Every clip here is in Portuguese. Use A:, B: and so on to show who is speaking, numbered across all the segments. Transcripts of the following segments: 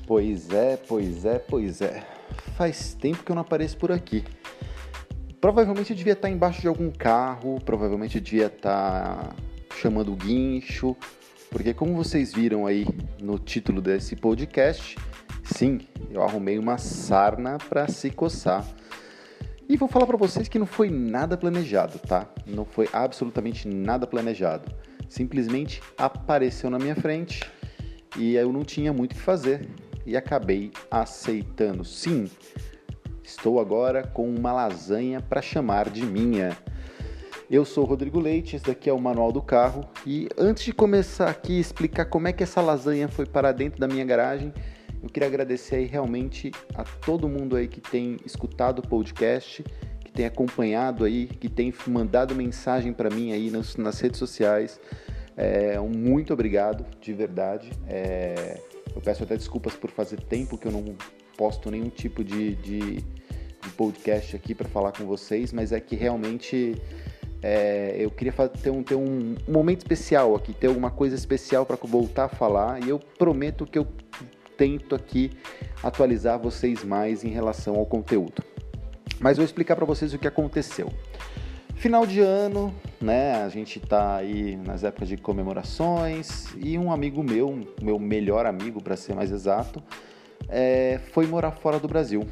A: Pois é. Faz tempo que eu não apareço por aqui. Provavelmente eu devia estar embaixo de algum carro, provavelmente eu devia estar chamando o guincho, porque como vocês viram aí no título desse podcast, sim, eu arrumei uma sarna para se coçar. E vou falar para vocês que não foi nada planejado, tá? Não foi absolutamente nada planejado. Simplesmente apareceu na minha frente e eu não tinha muito o que fazer. E acabei aceitando. Sim, estou agora com uma lasanha para chamar de minha. Eu sou o Rodrigo Leite, esse daqui é o Manual do Carro. E antes de começar aqui explicar como é que essa lasanha foi para dentro da minha garagem, eu queria agradecer aí realmente a todo mundo aí que tem escutado o podcast, que tem acompanhado aí, que tem mandado mensagem para mim aí nas redes sociais. Muito obrigado, de verdade. Eu peço até desculpas por fazer tempo que eu não posto nenhum tipo de podcast aqui para falar com vocês, mas é que realmente eu queria ter um momento especial aqui, ter alguma coisa especial para voltar a falar, e eu prometo que eu tento aqui atualizar vocês mais em relação ao conteúdo. Mas vou explicar para vocês o que aconteceu. Final de ano, né? A gente tá aí nas épocas de comemorações e um amigo meu melhor amigo, para ser mais exato, foi morar fora do Brasil.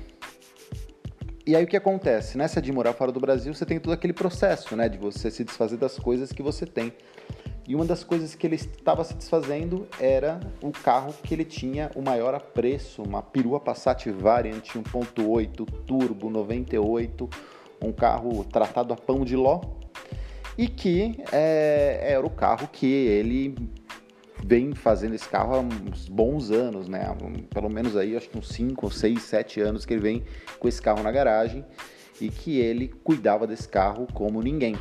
A: E aí o que acontece? Nessa de morar fora do Brasil, você tem todo aquele processo, né? De você se desfazer das coisas que você tem. E uma das coisas que ele estava se desfazendo era o carro que ele tinha o maior apreço, uma perua Passat Variant 1.8 Turbo 98, um carro tratado a pão de ló, e que era o carro que ele vem fazendo esse carro há uns bons anos, né? Pelo menos aí, acho que uns 5, 6, 7 anos que ele vem com esse carro na garagem e que ele cuidava desse carro como ninguém.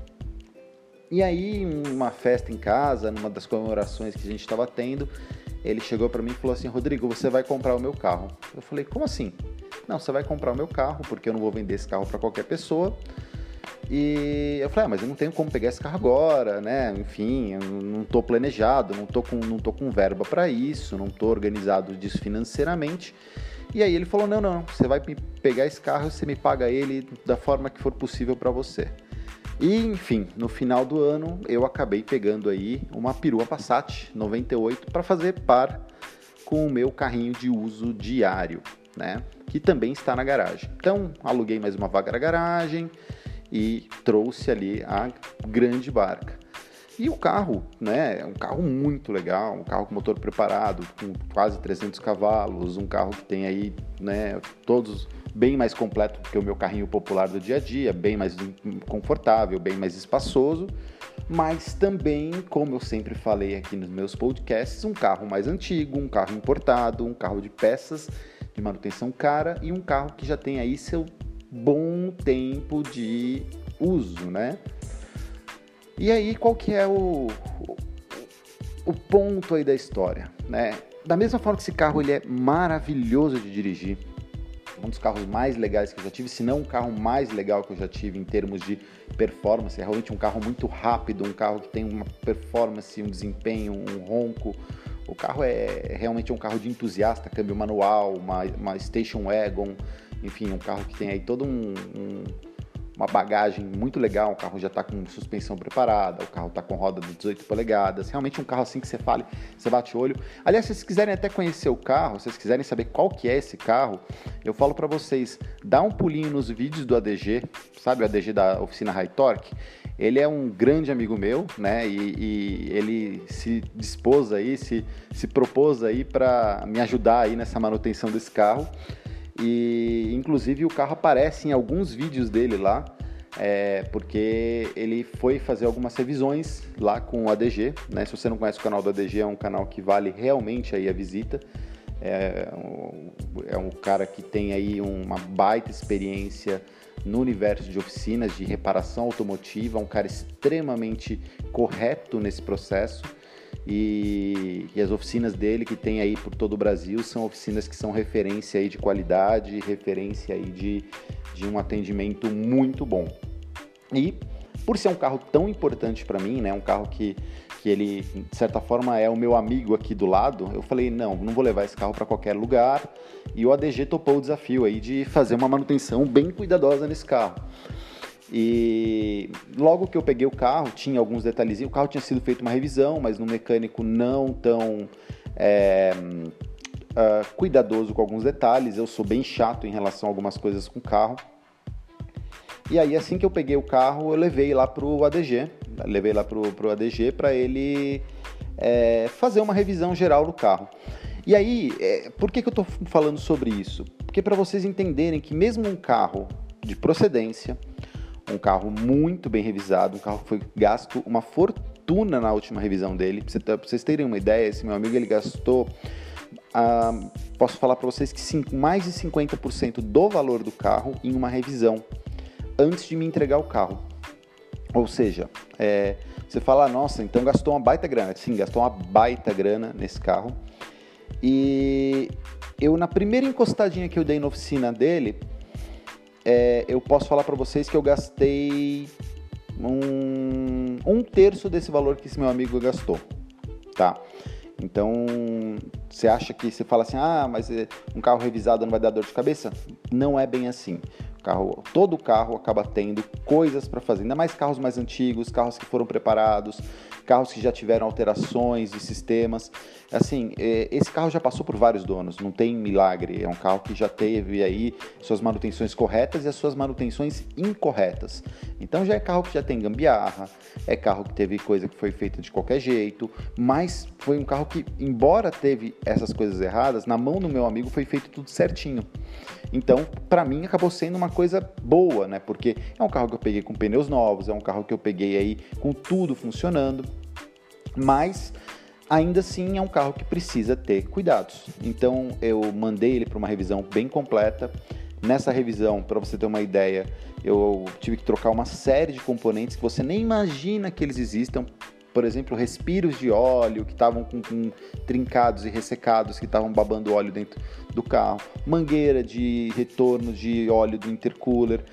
A: E aí, uma festa em casa, numa das comemorações que a gente estava tendo, ele chegou para mim e falou assim: Rodrigo, você vai comprar o meu carro. Eu falei: como assim? Não, você vai comprar o meu carro, porque eu não vou vender esse carro para qualquer pessoa. E eu falei: mas eu não tenho como pegar esse carro agora, né? Enfim, eu não estou planejado, não tô com verba para isso, não estou organizado disso financeiramente. E aí ele falou: não, você vai pegar esse carro e você me paga ele da forma que for possível para você. E, enfim, no final do ano eu acabei pegando aí uma perua Passat 98 para fazer par com o meu carrinho de uso diário, né? Que também está na garagem. Então, aluguei mais uma vaga na garagem e trouxe ali a grande barca. E o carro, né, é um carro muito legal, um carro com motor preparado, com quase 300 cavalos, um carro que tem aí, né, todos bem mais completo do que o meu carrinho popular do dia a dia, bem mais confortável, bem mais espaçoso, mas também, como eu sempre falei aqui nos meus podcasts, um carro mais antigo, um carro importado, um carro de peças de manutenção cara e um carro que já tem aí seu bom tempo de uso, né? E aí, qual que é o ponto aí da história, né? Da mesma forma que esse carro ele é maravilhoso de dirigir, um dos carros mais legais que eu já tive, se não o carro mais legal que eu já tive em termos de performance, é realmente um carro muito rápido, um carro que tem uma performance, um desempenho, um ronco. O carro é realmente um carro de entusiasta, câmbio manual, uma station wagon, enfim, um carro que tem aí todo uma bagagem muito legal, o carro já está com suspensão preparada, o carro está com roda de 18 polegadas, realmente um carro assim que você fala, você bate o olho. Aliás, se vocês quiserem até conhecer o carro, se vocês quiserem saber qual que é esse carro, eu falo para vocês, dá um pulinho nos vídeos do ADG, sabe o ADG da oficina High Torque? Ele é um grande amigo meu, né, e ele se dispôs aí, se propôs aí para me ajudar aí nessa manutenção desse carro. E inclusive o carro aparece em alguns vídeos dele lá, porque ele foi fazer algumas revisões lá com o ADG, né? Se você não conhece o canal do ADG, é um canal que vale realmente aí a visita. É um cara que tem aí uma baita experiência no universo de oficinas de reparação automotiva, um cara extremamente correto nesse processo. E as oficinas dele que tem aí por todo o Brasil são oficinas que são referência aí de qualidade, referência aí de um atendimento muito bom. E por ser um carro tão importante para mim, né, um carro que ele, de certa forma, é o meu amigo aqui do lado, eu falei, não vou levar esse carro para qualquer lugar, e o ADG topou o desafio aí de fazer uma manutenção bem cuidadosa nesse carro. E logo que eu peguei o carro, tinha alguns detalhezinhos, o carro tinha sido feito uma revisão, mas no mecânico não tão cuidadoso com alguns detalhes, eu sou bem chato em relação a algumas coisas com o carro. E aí, assim que eu peguei o carro, eu levei lá pro ADG, para ele fazer uma revisão geral do carro. E aí, por que eu estou falando sobre isso? Porque para vocês entenderem que mesmo um carro de procedência, um carro muito bem revisado, um carro que foi gasto uma fortuna na última revisão dele, para vocês terem uma ideia, esse meu amigo ele gastou, posso falar para vocês que mais de 50% do valor do carro em uma revisão, antes de me entregar o carro. Ou seja, você fala, nossa, então gastou uma baita grana. Sim, gastou uma baita grana nesse carro. E eu, na primeira encostadinha que eu dei na oficina dele, eu posso falar para vocês que eu gastei um terço desse valor que esse meu amigo gastou, tá? Então, você fala assim, mas um carro revisado não vai dar dor de cabeça? Não é bem assim. Todo carro acaba tendo coisas para fazer, ainda mais carros mais antigos, carros que foram preparados, carros que já tiveram alterações de sistemas. Assim, esse carro já passou por vários donos, não tem milagre, é um carro que já teve aí suas manutenções corretas e as suas manutenções incorretas. Então já é carro que já tem gambiarra, é carro que teve coisa que foi feita de qualquer jeito, mas foi um carro que, embora teve essas coisas erradas, na mão do meu amigo foi feito tudo certinho. Então, para mim, acabou sendo uma coisa boa, né? Porque é um carro que eu peguei com pneus novos, é um carro que eu peguei aí com tudo funcionando, mas ainda assim é um carro que precisa ter cuidados. Então, eu mandei ele para uma revisão bem completa. Nessa revisão, para você ter uma ideia, eu tive que trocar uma série de componentes que você nem imagina que eles existam. Por exemplo, respiros de óleo que estavam com trincados e ressecados, que estavam babando óleo dentro do carro, mangueira de retorno de óleo do intercooler,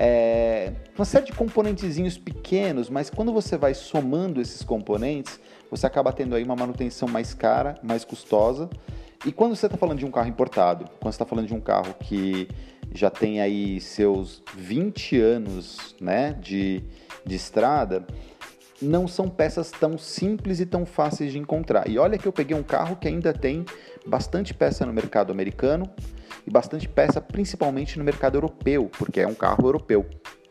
A: uma série de componentezinhos pequenos, mas quando você vai somando esses componentes, você acaba tendo aí uma manutenção mais cara, mais custosa. E quando você está falando de um carro importado, quando você está falando de um carro que já tem aí seus 20 anos, né, de estrada, não são peças tão simples e tão fáceis de encontrar. E olha que eu peguei um carro que ainda tem bastante peça no mercado americano e bastante peça principalmente no mercado europeu, porque é um carro europeu.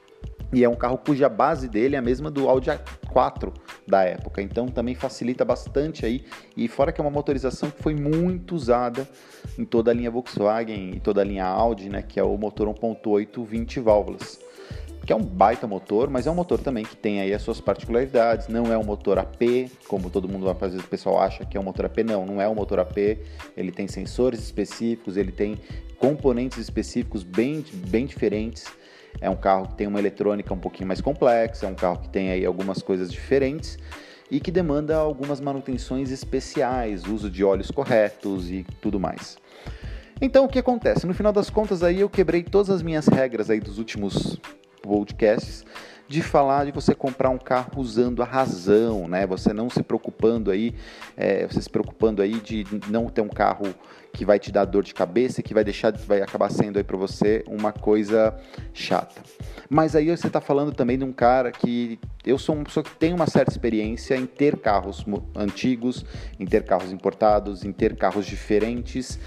A: E é um carro cuja base dele é a mesma do Audi A4 da época, então também facilita bastante aí. E fora que é uma motorização que foi muito usada em toda a linha Volkswagen e toda a linha Audi, né, que é o motor 1.8 20 válvulas. Que é um baita motor, mas é um motor também que tem aí as suas particularidades, não é um motor AP, como todo mundo, às vezes o pessoal acha que é um motor AP, não é um motor AP, ele tem sensores específicos, ele tem componentes específicos bem diferentes, é um carro que tem uma eletrônica um pouquinho mais complexa, é um carro que tem aí algumas coisas diferentes e que demanda algumas manutenções especiais, uso de óleos corretos e tudo mais. Então o que acontece? No final das contas aí eu quebrei todas as minhas regras aí dos últimos podcasts de falar de você comprar um carro usando a razão, né? Você não se preocupando aí, você se preocupando aí de não ter um carro que vai te dar dor de cabeça e que vai acabar sendo aí para você uma coisa chata. Mas aí você está falando também de um cara que eu sou uma pessoa que tem uma certa experiência em ter carros antigos, em ter carros importados, em ter carros diferentes,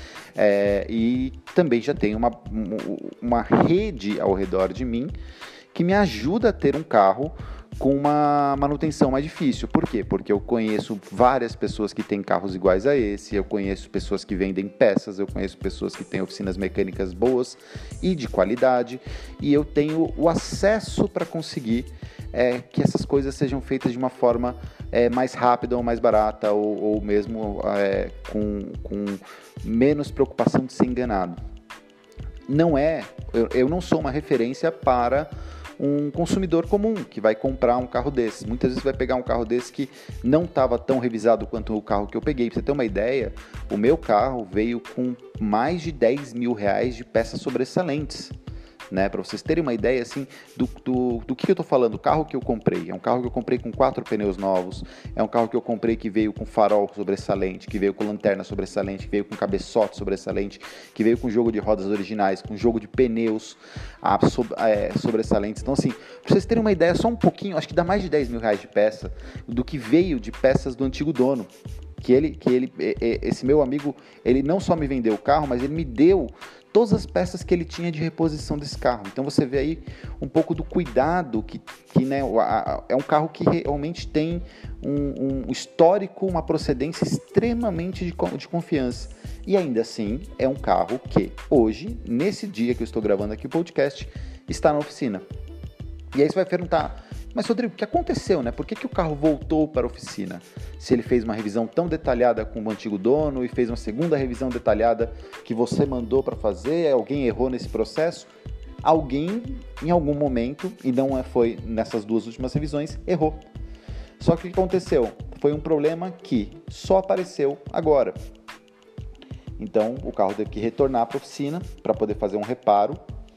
A: e também já tenho uma rede ao redor de mim que me ajuda a ter um carro com uma manutenção mais difícil. Por quê? Porque eu conheço várias pessoas que têm carros iguais a esse, eu conheço pessoas que vendem peças, eu conheço pessoas que têm oficinas mecânicas boas e de qualidade, e eu tenho o acesso para conseguir que essas coisas sejam feitas de uma forma mais rápida ou mais barata, ou mesmo com menos preocupação de ser enganado. Eu não sou uma referência para um consumidor comum que vai comprar um carro desses. Muitas vezes vai pegar um carro desse que não estava tão revisado quanto o carro que eu peguei. Para você ter uma ideia, o meu carro veio com mais de 10 mil reais de peças sobressalentes. né? Para vocês terem uma ideia assim do que eu tô falando. O carro que eu comprei é um carro que eu comprei com 4 pneus novos, é um carro que eu comprei que veio com farol sobressalente, que veio com lanterna sobressalente, que veio com cabeçote sobressalente, que veio com jogo de rodas originais, com jogo de pneus sobressalentes. Então assim, para vocês terem uma ideia só um pouquinho, acho que dá mais de 10 mil reais de peça do que veio de peças do antigo dono. Esse meu amigo, ele não só me vendeu o carro, mas ele me deu todas as peças que ele tinha de reposição desse carro. Então você vê aí um pouco do cuidado que né, é um carro que realmente tem um histórico, uma procedência extremamente de confiança. E ainda assim é um carro que hoje, nesse dia que eu estou gravando aqui o podcast, está na oficina. E aí você vai perguntar: mas Rodrigo, o que aconteceu, né? Por que o carro voltou para a oficina? Se ele fez uma revisão tão detalhada com o antigo dono e fez uma segunda revisão detalhada que você mandou para fazer, alguém errou nesse processo? Alguém, em algum momento, e não foi nessas 2 últimas revisões, errou. Só que o que aconteceu? Foi um problema que só apareceu agora. Então, o carro teve que retornar para a oficina para poder fazer um reparo.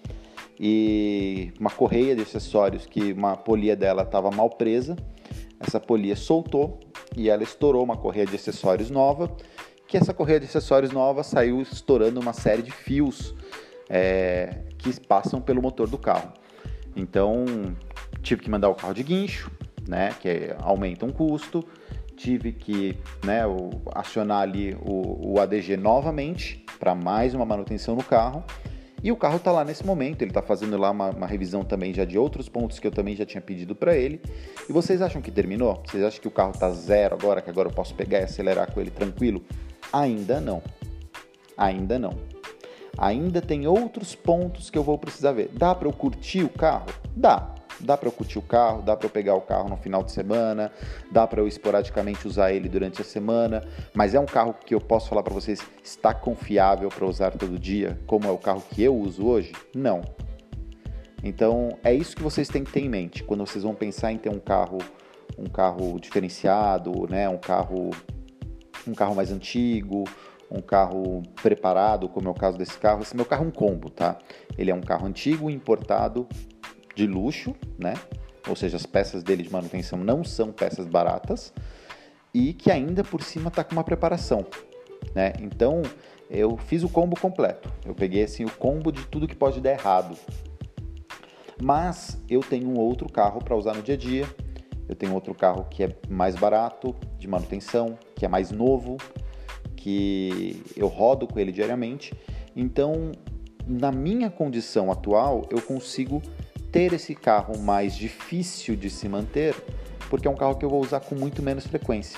A: E uma correia de acessórios, que uma polia dela estava mal presa, essa polia soltou e ela estourou uma correia de acessórios nova, que essa correia de acessórios nova saiu estourando uma série de fios que passam pelo motor do carro. Então tive que mandar o carro de guincho, né, que aumenta um custo, tive que, né, acionar ali o ADG novamente para mais uma manutenção no carro. E o carro está lá nesse momento, ele está fazendo lá uma revisão também já de outros pontos que eu também já tinha pedido para ele. E vocês acham que terminou? Vocês acham que o carro está zero agora, que agora eu posso pegar e acelerar com ele tranquilo? Ainda não. Ainda não. Ainda tem outros pontos que eu vou precisar ver. Dá para eu curtir o carro? Dá. Dá para eu curtir o carro, dá para eu pegar o carro no final de semana, dá para eu esporadicamente usar ele durante a semana, mas é um carro que eu posso falar para vocês, está confiável para usar todo dia, como é o carro que eu uso hoje? Não. Então, é isso que vocês têm que ter em mente, quando vocês vão pensar em ter um carro diferenciado, né? um carro mais antigo, um carro preparado, como é o caso desse carro. Esse meu carro é um combo, tá? Ele é um carro antigo, importado, de luxo, né? Ou seja, as peças dele de manutenção não são peças baratas e que ainda por cima está com uma preparação, né? Então eu fiz o combo completo, eu peguei assim o combo de tudo que pode dar errado. Mas eu tenho um outro carro para usar no dia a dia, eu tenho outro carro que é mais barato de manutenção, que é mais novo, que eu rodo com ele diariamente. Então, na minha condição atual, eu consigo ter esse carro mais difícil de se manter, porque é um carro que eu vou usar com muito menos frequência.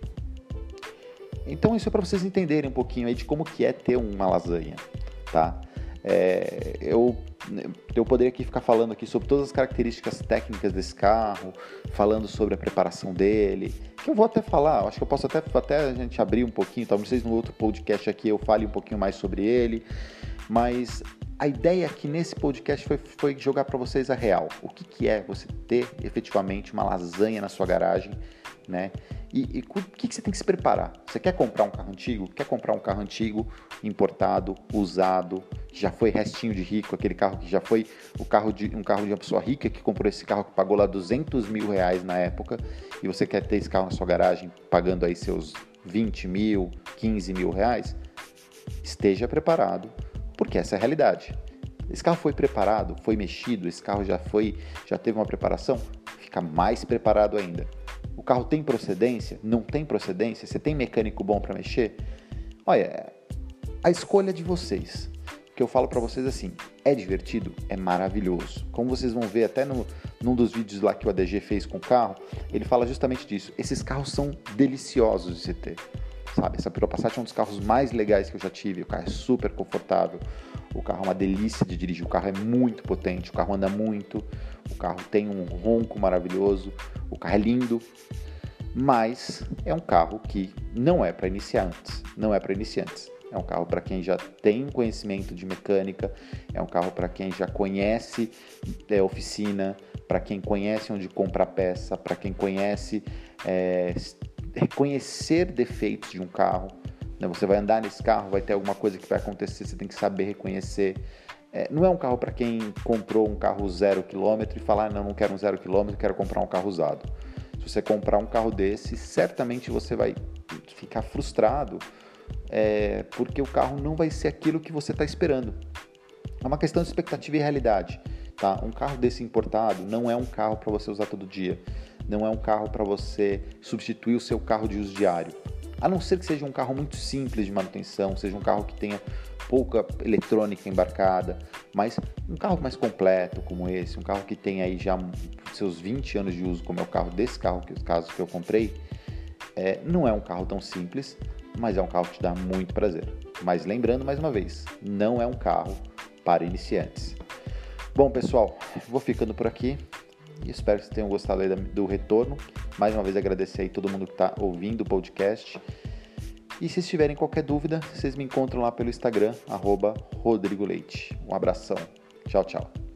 A: Então isso é para vocês entenderem um pouquinho aí de como que é ter uma lasanha, tá? Eu poderia aqui ficar falando aqui sobre todas as características técnicas desse carro, falando sobre a preparação dele, que eu vou até falar, acho que eu posso até a gente abrir um pouquinho, talvez vocês no outro podcast aqui eu fale um pouquinho mais sobre ele, mas a ideia aqui nesse podcast foi jogar para vocês a real. O que é você ter efetivamente uma lasanha na sua garagem, né? E o que você tem que se preparar? Você quer comprar um carro antigo? Quer comprar um carro antigo, importado, usado, que já foi restinho de rico, aquele carro que já foi um carro de uma pessoa rica que comprou esse carro, que pagou lá 200 mil reais na época, e você quer ter esse carro na sua garagem, pagando aí seus 20 mil, 15 mil reais? Esteja preparado, porque essa é a realidade. Esse carro foi preparado, foi mexido, esse carro já teve uma preparação, fica mais preparado ainda. O carro tem procedência? Não tem procedência? Você tem mecânico bom para mexer? Olha, a escolha é de vocês. O que eu falo para vocês assim, é divertido? É maravilhoso. Como vocês vão ver até num dos vídeos lá que o ADG fez com o carro, ele fala justamente disso. Esses carros são deliciosos de se ter. Sabe, essa Peugeot Passat é um dos carros mais legais que eu já tive. O carro é super confortável, o carro é uma delícia de dirigir, o carro é muito potente, o carro anda muito, o carro tem um ronco maravilhoso, o carro é lindo, mas é um carro que não é para iniciantes, É um carro para quem já tem conhecimento de mecânica, é um carro para quem já conhece oficina, para quem conhece onde compra a peça, para quem conhece reconhecer defeitos de um carro. Você vai andar nesse carro, vai ter alguma coisa que vai acontecer, você tem que saber reconhecer. Não é um carro para quem comprou um carro 0 km e fala, não quero um 0 km, quero comprar um carro usado. Se você comprar um carro desse, certamente você vai ficar frustrado, porque o carro não vai ser aquilo que você está esperando. É uma questão de expectativa e realidade. Tá? Um carro desse importado não é um carro para você usar todo dia. Não é um carro para você substituir o seu carro de uso diário. A não ser que seja um carro muito simples de manutenção, seja um carro que tenha pouca eletrônica embarcada, mas um carro mais completo como esse, um carro que tem aí já seus 20 anos de uso, como é o caso que eu comprei, não é um carro tão simples, mas é um carro que te dá muito prazer. Mas lembrando mais uma vez, não é um carro para iniciantes. Bom, pessoal, vou ficando por aqui e espero que vocês tenham gostado aí do retorno. Mais uma vez agradecer aí todo mundo que está ouvindo o podcast. E se tiverem qualquer dúvida, vocês me encontram lá pelo Instagram, @RodrigoLeite. Um abração. Tchau, tchau.